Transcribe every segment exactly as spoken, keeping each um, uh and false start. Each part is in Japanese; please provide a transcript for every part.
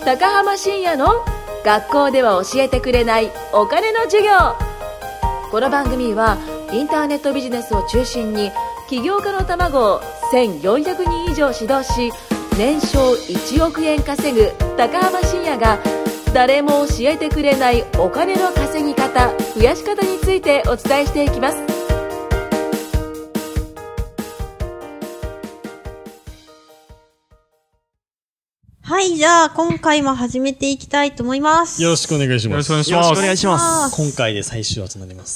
高浜深也の学校では教えてくれないお金の授業。この番組はインターネットビジネスを中心に起業家の卵をせんよんひゃくにん以上指導し、年商いちおくえん稼ぐ高浜深也が誰も教えてくれないお金の稼ぎ方、増やし方についてお伝えしていきます。 はい、じゃあ今回も始めていきたいと思います。 よろしくお願いします。 よろしくお願いします。 今回で最終話となります。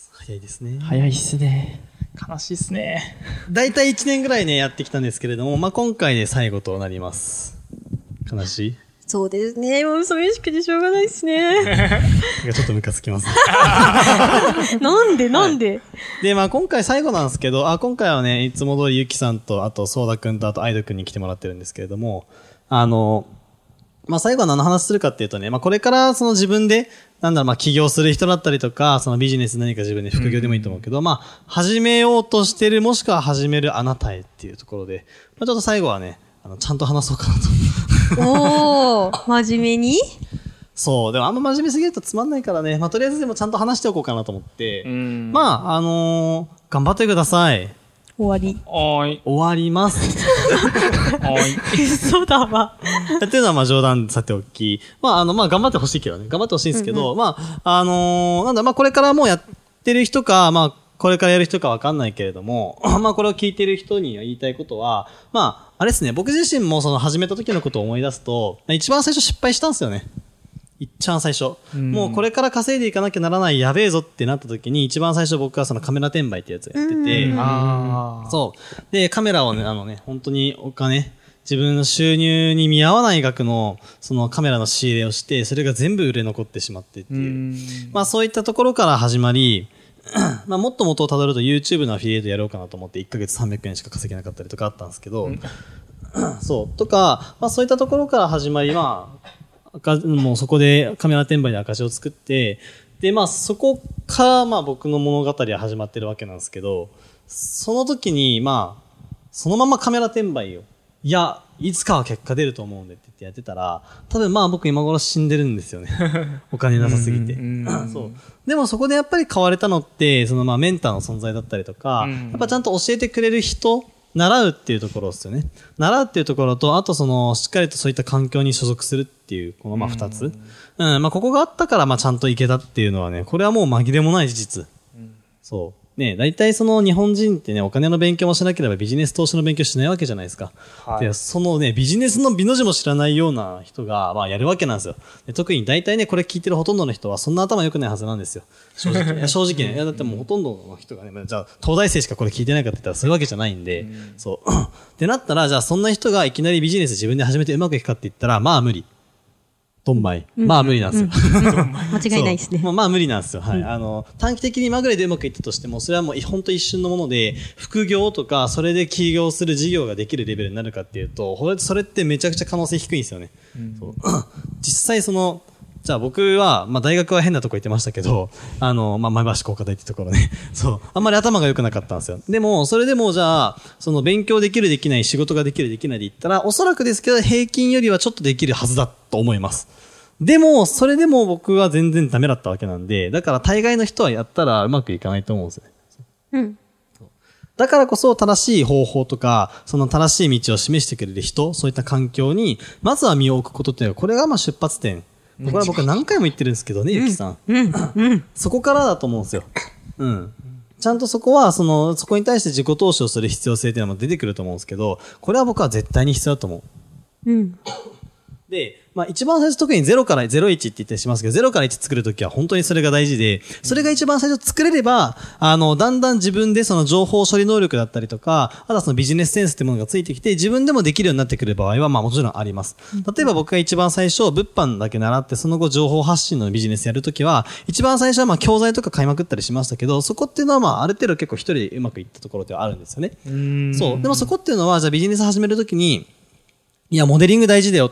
早いですね。 早いっすね。悲しいっすね。 だいたいいちねんぐらいね、やってきたんですけれども、まあ、今回で最後となります。悲しい？ そうですね。もう寂しくてしょうがないっすね。 ちょっとムカつきますね。 なんでなんで、はい、 で、まあ今回最後なんですけど、あ、今回はね、いつも通りゆきさんと、あと、そうだくんと、あと、アイドくんに来てもらってるんですけれども、あの、まあ、最後は何の話するかっていうとね、まあ、これからその自分で、なんだろう、まあ、起業する人だったりとか、そのビジネス何か自分で副業でもいいと思うけど、うん、まあ、始めようとしてる、もしくは始めるあなたへっていうところで、まあ、ちょっと最後はね、あの、ちゃんと話そうかなと。 おー、真面目に？ そう、でもあんま真面目すぎるとつまんないからね、まあ、とりあえずでもちゃんと話しておこうかなと思って、うん、まあ、あのー、頑張ってください。 終わり。 おーい。 終わります。 おーい。 嘘だわ。 っていうのはまあ冗談さておき、まああのまあ頑張ってほしいけどね、頑張ってほしいんですけど、うんうん、まああのー、なんだ、まあこれからもうやってる人か、まあこれからやる人かわかんないけれども、まあこれを聞いてる人に言いたいことは、まああれですね、僕自身もその始めた時のことを思い出すと、一番最初失敗したんですよね。一番最初、うん、もうこれから稼いでいかなきゃならないやべえぞってなった時に一番最初僕はそのカメラ転売ってやつをやってて、うん、あそうでカメラをねあのね本当にお金自分の収入に見合わない額のそのカメラの仕入れをしてそれが全部売れ残ってしまってっていう、うん、まあそういったところから始まりまあもっと元をたどると YouTube のアフィリエイトやろうかなと思っていっかげつさんびゃくえんしか稼げなかったりとかあったんですけど、うん、そうとかまあそういったところから始まりまあもうそこでカメラ転売で赤字を作って、で、まあそこからまあ僕の物語は始まってるわけなんですけど、その時にまあ、そのままカメラ転売を、いや、いつかは結果出ると思うんでって言ってやってたら、多分まあ僕今頃死んでるんですよね。お金なさすぎて。そう。でもそこでやっぱり買われたのって、そのまあメンターの存在だったりとか、やっぱちゃんと教えてくれる人、習うっていうところですよね。習うっていうところと、あとその、しっかりとそういった環境に所属するっていう、このまあ二つ。うん、うん、まあここがあったからまあちゃんといけたっていうのはね、これはもう紛れもない事実。うん、そう。ね、大体その日本人ってね、お金の勉強もしなければビジネス投資の勉強しないわけじゃないですか。はい、で、そのね、ビジネスの美の字も知らないような人が、まあやるわけなんですよ。で特に大体ね、これ聞いてるほとんどの人はそんな頭良くないはずなんですよ。正直。いや正直ね。いやだってもうほとんどの人がね、じゃあ東大生しかこれ聞いてないかって言ったらそういうわけじゃないんで、うん、そう。ってなったら、じゃあそんな人がいきなりビジネス自分で始めてうまくいくかって言ったら、まあ無理。ドンマイ。まあ無理なんですよ。 うんうん、間違いないですね。 まあ、まあ無理なんですよ。はい。うん、あの、短期的にまぐれでうまくいったとしても、それはもう本当一瞬のもので、副業とか、それで起業する事業ができるレベルになるかっていうと、それってめちゃくちゃ可能性低いんですよね。うん、そう実際その、じゃあ僕は、まあ大学は変なとこ行ってましたけど、あの、まあ前橋工科大ってところね。そう。あんまり頭が良くなかったんですよ。でも、それでもじゃあ、その勉強できるできない、仕事ができるできないで言ったら、おそらくですけど平均よりはちょっとできるはずだと思います。でも、それでも僕は全然ダメだったわけなんで、だから大概の人はやったらうまくいかないと思うんですよね。うん。だからこそ正しい方法とか、その正しい道を示してくれる人、そういった環境に、まずは身を置くことっていうのは、これがまあ出発点。これは僕は何回も言ってるんですけどね、ゆきさん。うん。うん。そこからだと思うんですよ。うん。ちゃんとそこは、その、そこに対して自己投資をする必要性っていうのも出てくると思うんですけど、これは僕は絶対に必要だと思う。うん。で、まあ一番最初特にゼロからゼロイチって言ったりしますけど、ゼロからいち作るときは本当にそれが大事で、それが一番最初作れれば、あの、だんだん自分でその情報処理能力だったりとか、あとはそのビジネスセンスってものがついてきて、自分でもできるようになってくる場合は、まあもちろんあります。例えば僕が一番最初、物販だけ習って、その後情報発信のビジネスやるときは、一番最初はまあ教材とか買いまくったりしましたけど、そこっていうのはまあある程度結構一人でうまくいったところではあるんですよね。うーんそう。でもそこっていうのは、じゃあビジネス始めるときに、いや、モデリング大事だよと。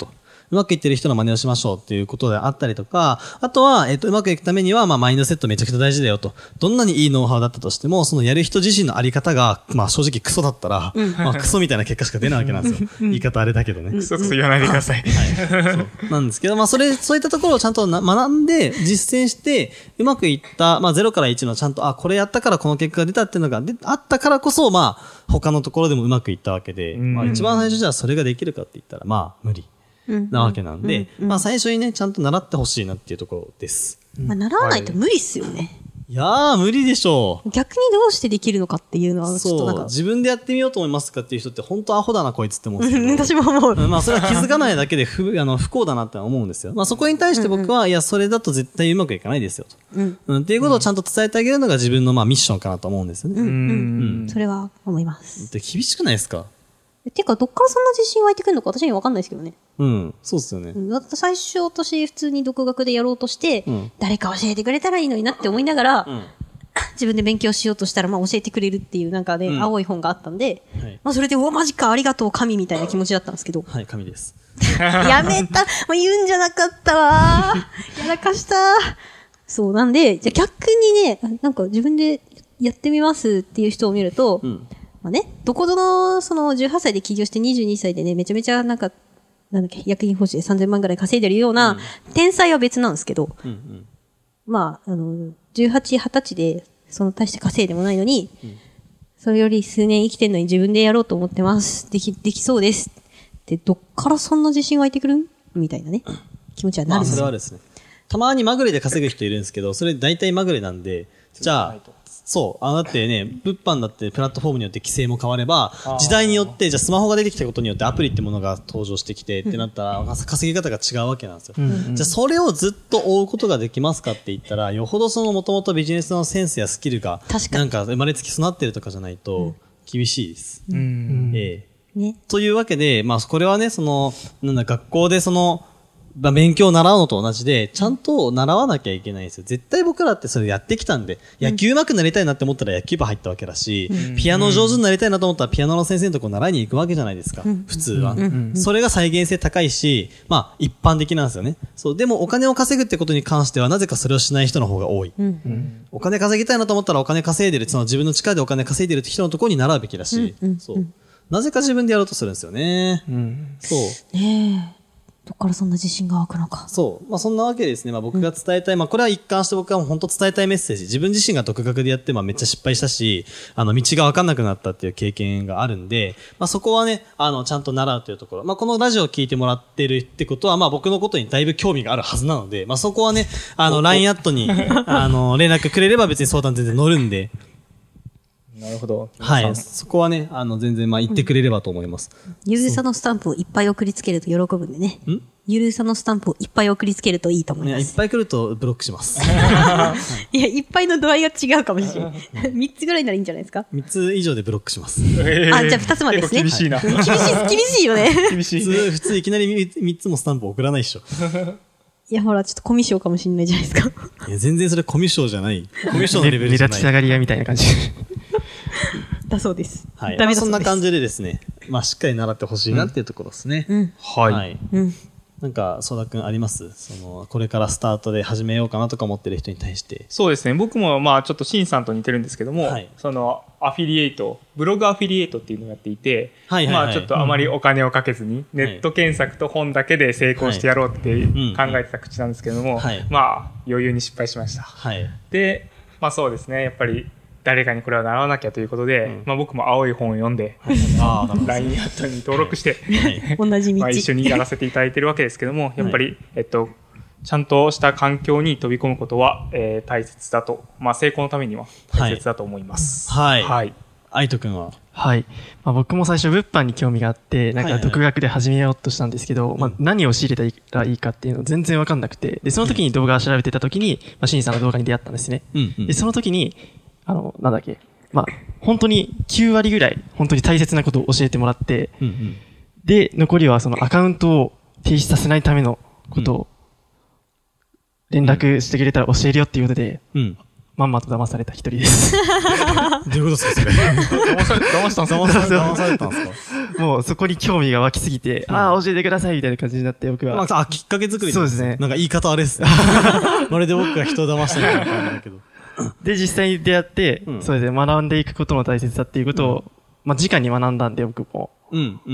うまくいってる人の真似をしましょうっていうことであったりとか、あとは、えっと、うまくいくためには、まあ、マインドセットめちゃくちゃ大事だよと。どんなにいいノウハウだったとしても、そのやる人自身のあり方が、まあ、正直クソだったら、まあ、クソみたいな結果しか出ないわけなんですよ。言い方あれだけどね。 クソクソ言わないでください。 そうなんですけど、まあ、それ、そういったところをちゃんとな学んで、実践して、うまくいった、まあ、ゼロからいちのちゃんと、あ、これやったからこの結果が出たっていうのがであったからこそ、まあ、他のところでもうまくいったわけで、まあ、一番最初じゃあそれができるかって言ったら、まあ、無理なわけなんで、まあ、最初にね、ちゃんと習ってほしいなっていうところです。 まあ、習わないと無理っすよね。 いやー、無理でしょう。 逆にどうしてできるのかっていうのは、ちょっとなんか。 そう、自分でやってみようと思いますかっていう人って本当アホだなこいつって思うんですけど。 私も思う。 まあそれは気づかないだけで不、あの、不幸だなって思うんですよ。まあそこに対して僕は、うんうん、いや、それだと絶対うまくいかないですよと。うん。うん、っていうことをちゃんと伝えてあげるのが自分のまあミッションかなと思うんですよね。うん。うん。 うん、それは思います。 で、厳しくないですか？ ていうか、どっからそんな自信湧いてくるのか私には分かんないですけどね。 うん。そうですよね。 最初、私普通に独学でやろうとして、うん、誰か教えてくれたらいいのになって思いながら、うん、自分で勉強しようとしたら、まあ教えてくれるっていうなんかね、うん、青い本があったんで、はい、まあそれで、うわ、マジか、ありがとう、神みたいな気持ちだったんですけど。 はい、神です。 やめた、もう言うんじゃなかったわやらかした。そう、なんで、じゃ逆にね、なんか自分でやってみますっていう人を見ると、うん、まあね、どこぞの、そのじゅうはっさいで起業してにじゅうにさいでね、めちゃめちゃなんか、なんだっけ、役員報酬でさんぜんまんぐらい稼いでるような、うん、天才は別なんですけど、うんうん、まあ、あの、じゅうはち、はたちで、その大して稼いでもないのに、うん、それより数年生きてるのに自分でやろうと思ってます。でき、できそうです。で、どっからそんな自信湧いてくるんみたいなね、気持ちはなるんですよ。 まあ、それはですね。たまにまぐれで稼ぐ人いるんですけど、それ大体まぐれなんで、じゃあ、そう。あの、だってね、物販だってプラットフォームによって規制も変われば、時代によって、じゃあスマホが出てきたことによってアプリってものが登場してきてってなったら、稼ぎ方が違うわけなんですよ。うんうん、じゃあそれをずっと追うことができますかって言ったら、よほどその元々ビジネスのセンスやスキルが、なんか生まれつき備わってるとかじゃないと、厳しいです。うん、ええね。というわけで、まあこれはね、その、なんだ、学校でその、まあ、勉強を習うのと同じで、ちゃんと習わなきゃいけないんですよ。絶対僕らってそれやってきたんで、野球上手くなりたいなって思ったら野球部入ったわけだし、うん、ピアノ上手になりたいなと思ったらピアノの先生のとこ習いに行くわけじゃないですか。うん、普通は、うん。それが再現性高いし、まあ一般的なんですよね。そう。でもお金を稼ぐってことに関してはなぜかそれをしない人の方が多い。うん、お金稼ぎたいなと思ったらお金稼いでる、その自分の力でお金稼いでるって人のところに習うべきだし、うん、そう。なぜか自分でやろうとするんですよね。うん、そう。 ねえ。どっからそんな自信が湧くのか。 そう。まあそんなわけですね。まあ僕が伝えたい、うん、まあこれは一貫して僕は本当伝えたいメッセージ。自分自身が独学でやってまあめっちゃ失敗したし、あの道が分かんなくなったっていう経験があるんで、まあそこはね、あのちゃんと習うというところ。まあこのラジオを聞いてもらってるってことはまあ僕のことにだいぶ興味があるはずなので、まあそこはね、あの ライン アットにあの連絡くれれば別に相談全然乗るんで。 なるほど。 はい。そこはね、あの、全然、まあ、言ってくれればと思います。 ゆるさのスタンプをいっぱい送りつけると喜ぶんでね。んゆるさのスタンプをいっぱい送りつけるといいと思います。 いや、いっぱい来るとブロックします。 いや、いっぱいの度合いが違うかもしれない。みっつぐらいならいいんじゃないですか？ みっ つ以上でブロックします。 えー、あ、じゃあふたつまでですね。 厳しいな。 厳しい、厳しいよね。 厳しい。 普通、普通いきなりみっつもスタンプ送らないっしょ。 いや、ほら、ちょっとコミュ障かもしれないじゃないですか。 いや、全然それコミュ障じゃない。コミュ障のレベルじゃない。 目立ちたがり屋みたいな感じ。 だそうです。 はい。ダメだそうです。まあ、そんな感じでですね、まあ、しっかり習ってほしいなっていうところですね。 うん。 はい。はい。 うん。 なんか、ソーダくんありますその、これからスタートで始めようかなとか思ってる人に対して。 そうですね。僕も、まあ、ちょっとシンさんと似てるんですけども、はい、その、アフィリエイト、ブログアフィリエイトっていうのをやっていて、はいはいはい、まあ、ちょっとあまりお金をかけずに、うん、ネット検索と本だけで成功してやろうって考えてた口なんですけども、はい、まあ、余裕に失敗しました。はい、で、まあそうですね。やっぱり、誰かにこれは習わなきゃということで、うん、まあ僕も青い本を読んで、ライン アットに登録して、 同じ道。 まあ一緒にやらせていただいてるわけですけども、やっぱり、えっと、ちゃんとした環境に飛び込むことは、えー、大切だと、まあ成功のためには大切だと思います。 はい。はい。愛斗くんははい。まあ僕も最初物販に興味があって、なんか独学で始めようとしたんですけど、はいはい、まあ何を仕入れたらいいかっていうの全然わかんなくて、で、その時に動画を調べてた時に、まあシンさんの動画に出会ったんですね。うんうん、で、その時に、あの、なんだっけ。まあ、本当にきゅうわりぐらい、本当に大切なことを教えてもらって、うんうん、で、残りはそのアカウントを停止させないためのことを連絡してくれたら教えるよっていうことで、うん、 まんまと騙された一人です。 どういうことですか、それ。 騙され、騙したんですか？ 騙されたんですか？ もうそこに興味が湧きすぎて、うん、ああ、教えてくださいみたいな感じになって、僕は。 まあ、あ、きっかけ作りそうですね。 なんか言い方あれですね。まるで僕が人を騙したみたいな感じだけど。 で、実際に出会って、うん、そうですね、学んでいくことの大切さっていうことを、うん、まあ、直に学んだんで、僕も。 うん、うん。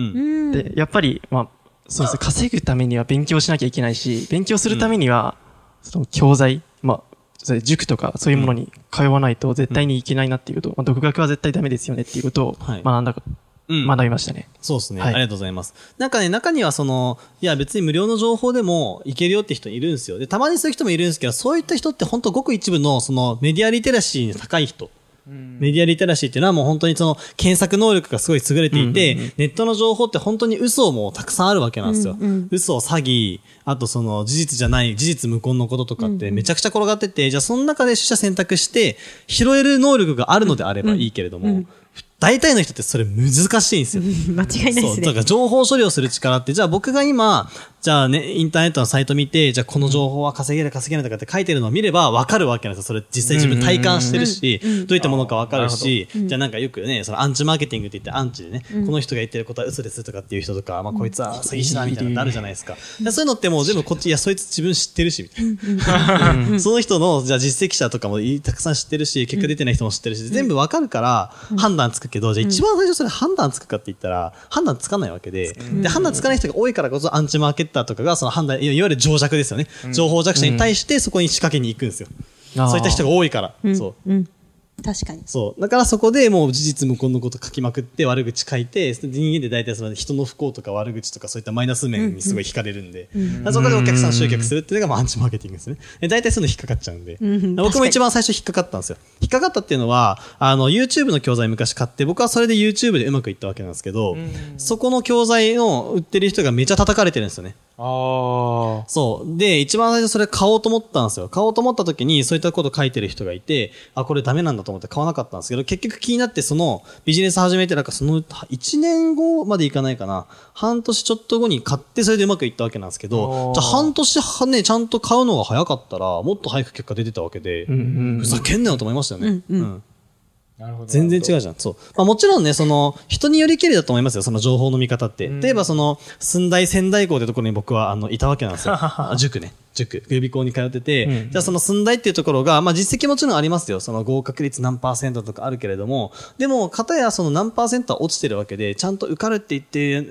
で、やっぱり、まあ、そうですね、稼ぐためには勉強しなきゃいけないし、勉強するためには、うん、その教材、まあ、それ塾とかそういうものに通わないと絶対にいけないなっていうこと、うん、まあ、独学は絶対ダメですよねっていうことを学んだ、はい、うん、学びましたね。 そうですね、はい。ありがとうございます。なんかね、中にはその、いや別に無料の情報でもいけるよって人いるんですよ。で、たまにそういう人もいるんですけど、そういった人って本当ごく一部のそのメディアリテラシーの高い人。メディアリテラシーっていうのはもう本当にその検索能力がすごい優れていて、うんうんうん、ネットの情報って本当に嘘もたくさんあるわけなんですよ。うんうん、嘘、詐欺、あとその事実じゃない、事実無根のこととかってめちゃくちゃ転がってて、うんうん、じゃあその中で取捨選択して拾える能力があるのであればいいけれども、うんうん、大体の人ってそれ難しいんですよ。 間違いないですね。 そう。だから情報処理をする力って、じゃあ僕が今、じゃあね、インターネットのサイト見て、じゃあこの情報は稼げる稼げないとかって書いてるのを見れば分かるわけなんですよ。それ実際自分体感してるし、うんうんうん、どういったものか分かるし、うん、じゃあなんかよくね、そのアンチマーケティングって言ってアンチでね、うん、この人が言ってることは嘘ですとかっていう人とか、まあこいつは詐欺師だみたいなのってあるじゃないですか。うん、そういうのってもう全部こっち、いやそいつ自分知ってるし、みたいな。その人の、じゃあ実績者とかもたくさん知ってるし、結果出てない人も知ってるし、全部分かるから判断つくけど、じゃあ一番最初それ判断つくかって言ったら、判断つかないわけで、で、判断つかない人が多いからこそアンチマーケッターとかがその判断、いわゆる情弱ですよね。うん、情報弱者に対してそこに仕掛けに行くんですよ。うん、そういった人が多いから。 うん、 そう。 うん。確かに。 そう。だからそこでもう事実無根のこと書きまくって悪口書いて、人間で大体その人の不幸とか悪口とかそういったマイナス面にすごい惹かれるんで、うんうん、そこでお客さん集客するっていうのがまあアンチマーケティングですね。で大体そういうの引っかかっちゃうんで、うん、僕も一番最初引っかかったんですよ。引っかかったっていうのは、あの YouTube の教材昔買って、僕はそれで YouTube でうまくいったわけなんですけど、うん、そこの教材の売ってる人がめちゃ叩かれてるんですよね。 ああ。 そう。で、一番最初それ買おうと思ったんですよ。買おうと思った時にそういったこと書いてる人がいて、あ、これダメなんだと思って買わなかったんですけど、結局気になってそのビジネス始めてなんかそのいちねんごまでいかないかな。半年ちょっと後に買ってそれでうまくいったわけなんですけど、じゃあ半年はね、ちゃんと買うのが早かったらもっと早く結果出てたわけで、うんうんうん、ふざけんなよと思いましたよね。うんうんうんなるほど全然違うじゃん。そう。まあもちろんね、その、人によりけりだと思いますよ、その情報の見方って。例えばその、寸大仙台校ってところに僕は、あの、いたわけなんですよ。塾ね。塾。予備校に通ってて、うん、じゃあその寸大っていうところが、まあ実績もちろんありますよ。その合格率何パーセントとかあるけれども、でも、片やその何パーセントは落ちてるわけで、ちゃんと受かるって言って、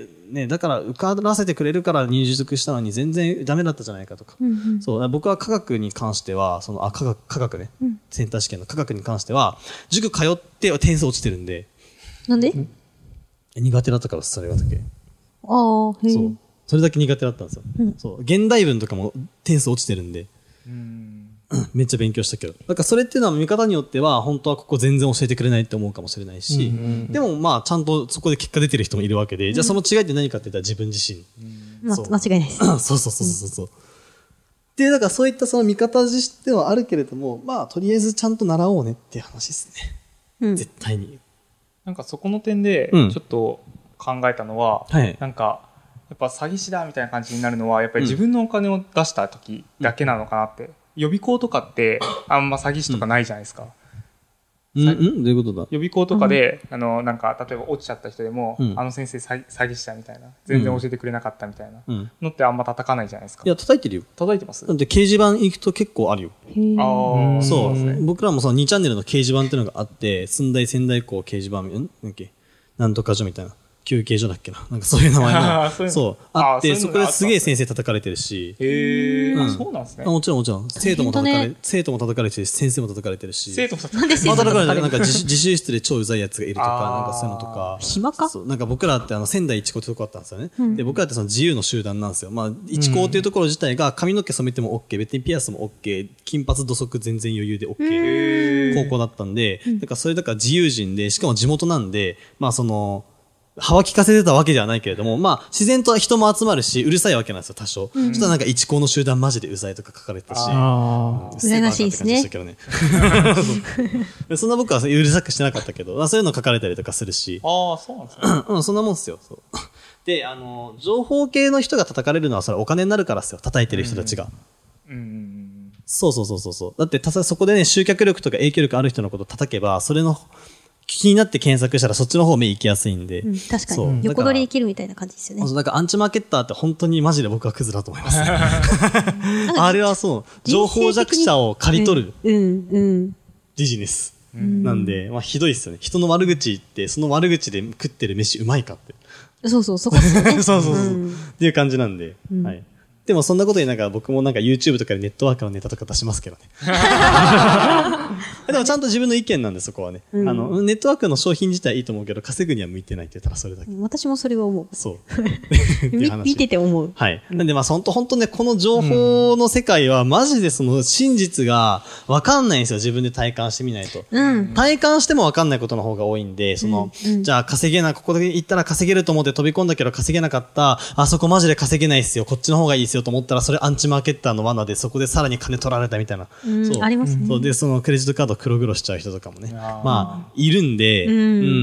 ね、だから受からせてくれるから入塾したのに全然ダメだったじゃないかとか。うんうん、そう。僕は科学に関しては、その、あ、科学、科学ね。うん、センター試験の科学に関しては、塾通って点数落ちてるんで。 なんで？ 苦手だったから、それがだけ。 ああ、へえ。 そう。それだけ苦手だったんですよ。うん、そう。現代文とかも点数落ちてるんで。うんめっちゃ勉強したけど。だからそれっていうのは見方によっては、本当はここ全然教えてくれないって思うかもしれないし、うんうんうん、でもまあちゃんとそこで結果出てる人もいるわけで、うん、じゃあその違いって何かって言ったら自分自身。 うん、そう間違いないです。 そうそうそうそうそう。うん、で、だからそういったその見方自身ではあるけれども、まあとりあえずちゃんと習おうねっていう話ですね。うん、絶対に。 なんかそこの点で、ちょっと考えたのは、うんはい、なんか、やっぱ詐欺師だみたいな感じになるのは、やっぱり自分のお金を出した時だけなのかなって。うん予備校とかってあんま詐欺師とかないじゃないですか。 うん、うん、どういうことだ？ 予備校とかで、うん、あの、なんか、例えば落ちちゃった人でも、うん、あの先生詐欺師だみたいな、全然教えてくれなかったみたいなのってあんま叩かないじゃないですか。 いや、叩いてるよ。 叩いてます？ だって掲示板行くと結構あるよ。 ああ、そうですね。僕らもそのにチャンネルの掲示板っていうのがあって、寸大仙台校掲示板、んなんだっけなんとか所みたいな。休憩所だっけななんかそういう名前の。そう。そうあって、そこですげえ先生叩かれてるし。 へー。うん、そうなんですね。 もちろんもちろん。生徒も叩かれ、生徒も叩かれてるし、先生も叩かれてるし。 生徒も叩かれてるし。 まあ、 叩かれてる。なんか自習室で超うざいやつがいるとか、なんかそういうのとか。 暇かそう。なんか僕らってあの仙台一高ってとこあったんですよね。うん、で、僕らってその自由の集団なんですよ。まあ、一高っていうところ自体が髪の毛染めても OK、別にピアスも OK、金髪土足全然余裕で OK。高校だったんで、だからそれだから自由人で、しかも地元なんで、まあその、はわ聞かせてたわけではないけれども、まあ、自然と人も集まるし、うるさいわけなんですよ、多少。うん、そしたらなんか一校の集団マジでうざいとか書かれてたし。 ああ。羨ましいですね。 そんな僕はうるさくしてなかったけど、まあ、そういうの書かれたりとかするし。 ああ、そうなんですね。 うん、そんなもんですよ。そうで、あの、情報系の人が叩かれるのはそれお金になるからですよ、叩いてる人たちが。うん。うんそうそうそうそう。だって、たさ、そこでね、集客力とか影響力ある人のことを叩けば、それの、気になって検索したらそっちの方目行きやすいんで。 うん、確かに。横取りできるみたいな感じですよね。 そう、だからアンチマーケッターって本当にマジで僕はクズだと思いますね。あれはそう、情報弱者を刈り取る。うん、うん。ビジネス。なんで、まあひどいですよね。人の悪口言って、その悪口で食ってる飯うまいかって。 そうそう、そこですよね。 そうそうそう。っていう感じなんで。はい。でもそんなことになんか僕もなんか YouTube とかでネットワークのネタとか出しますけどね。でもちゃんと自分の意見なんでそこはね、うん、あの、ネットワークの商品自体いいと思うけど稼ぐには向いてないって言ったらそれだけ。 私もそれは思う。 そう。 見てて思う。 はい。なんでまあほんとほんとね、この情報の世界はマジでその真実がわかんないんですよ。自分で体感してみないと。うん、体感してもわかんないことの方が多いんで、その、うんうん、じゃあ稼げな、ここで行ったら稼げると思って飛び込んだけど稼げなかった、あそこマジで稼げないっすよ、こっちの方がいいっすよと思ったらそれアンチマーケッターの罠でそこでさらに金取られたみたいな。 うん、そう。ありますね。 そうで、そのクレジットカード黒々しちゃう人とかもね。まあ、いるんで、うん、うん、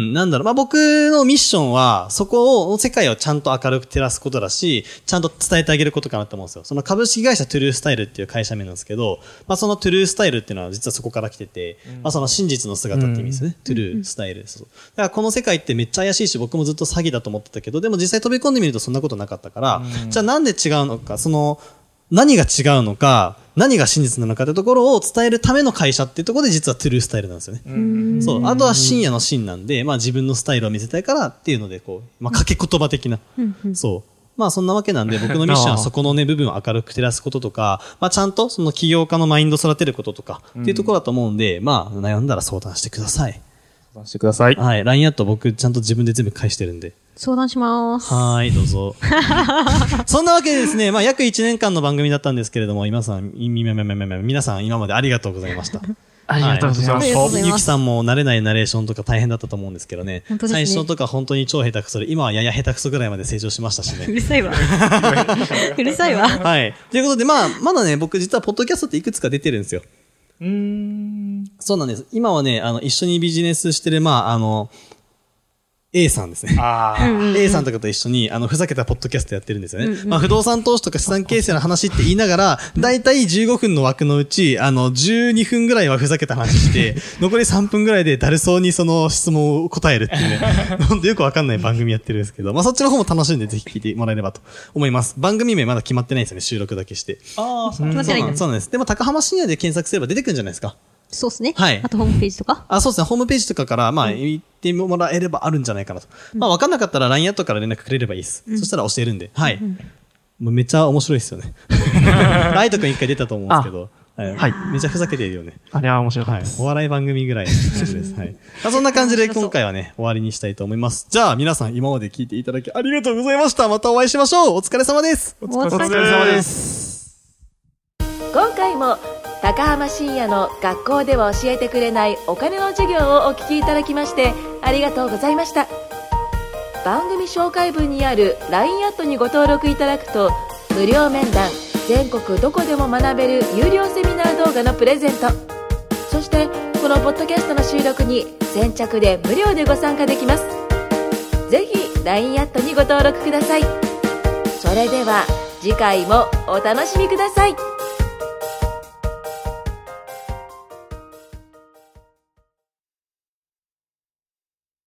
なんだろう。まあ僕のミッションは、そこを、世界をちゃんと明るく照らすことだし、ちゃんと伝えてあげることかなと思うんですよ。その株式会社トゥルースタイルっていう会社名なんですけど、まあそのトゥルースタイルっていうのは実はそこから来てて、うん、まあその真実の姿って意味ですね。うん、トゥルースタイル。そう。だからこの世界ってめっちゃ怪しいし、僕もずっと詐欺だと思ってたけど、でも実際飛び込んでみるとそんなことなかったから、うん、じゃあなんで違うのか、その、何が違うのか、何が真実なのかってところを伝えるための会社っていうところで実はトゥルースタイルなんですよね。そう。あとは深夜の深なんで、まあ自分のスタイルを見せたいからっていうので、こう、まあ掛け言葉的な。そう。まあそんなわけなんで、僕のミッションはそこのね、部分を明るく照らすこととか、まあちゃんとその起業家のマインドを育てることとかっていうところだと思うんで、まあ悩んだら相談してください。 相談してください。 はい。ライン アット僕ちゃんと自分で全部返してるんで。 相談します。 はい、どうぞ。そんなわけでですね、まあ約いちねんかんの番組だったんですけれども、皆さん、皆さん今までありがとうございました。 ありがとうございます。 はい、ゆきさんも慣れないナレーションとか大変だったと思うんですけどね。ね最初とか本当に超下手くそで、今はやや下手くそぐらいまで成長しましたしね。 うるさいわ。うるさいわ。 はい。ということで、まあ、まだね、僕実はポッドキャストっていくつか出てるんですよ。 うーん。 そうなんです。今はね、あの、一緒にビジネスしてる、まあ、あの、A さんですね。 あ A さんとかと一緒に、あの、ふざけたポッドキャストやってるんですよね。うんうん、まあ、不動産投資とか資産形成の話って言いながら、だいたいじゅうごふんの枠のうち、あの、じゅうにふんぐらいはふざけた話して、残りさんぷんぐらいでだるそうにその質問を答えるっていうね、ほんとよくわかんない番組やってるんですけど、まあ、そっちの方も楽しんでぜひ聞いてもらえればと思います。番組名まだ決まってないんですよね、収録だけして。 ああ、そうなんです。そうなんです。でも、高浜深夜で検索すれば出てくるんじゃないですか。 そうですね。 はい。 あとホームページとかあ、そうですね。ホームページとかから、まあ、言ってもらえればあるんじゃないかなと。うん、まあ、わかんなかったら ライン アットから連絡くれればいいです。うん、そしたら教えるんで。はい。うん、もうめっちゃ面白いですよね。ライトくん一回出たと思うんですけど。はい。はい、めっちゃふざけてるよね。 あれは面白かったです。 はい。お笑い番組ぐらいの感じです。はい。まあ、そんな感じで今回はね、終わりにしたいと思います。じゃあ、皆さん今まで聞いていただきありがとうございました。またお会いしましょう。お疲れ様です。 お疲れ様です。 今回も、高浜深夜の学校では教えてくれないお金の授業をお聞きいただきましてありがとうございました。番組紹介文にある ライン アットにご登録いただくと無料面談、全国どこでも学べる有料セミナー動画のプレゼント、そしてこのポッドキャストの収録に先着で無料でご参加できます。ぜひ ライン アットにご登録ください。それでは次回もお楽しみください。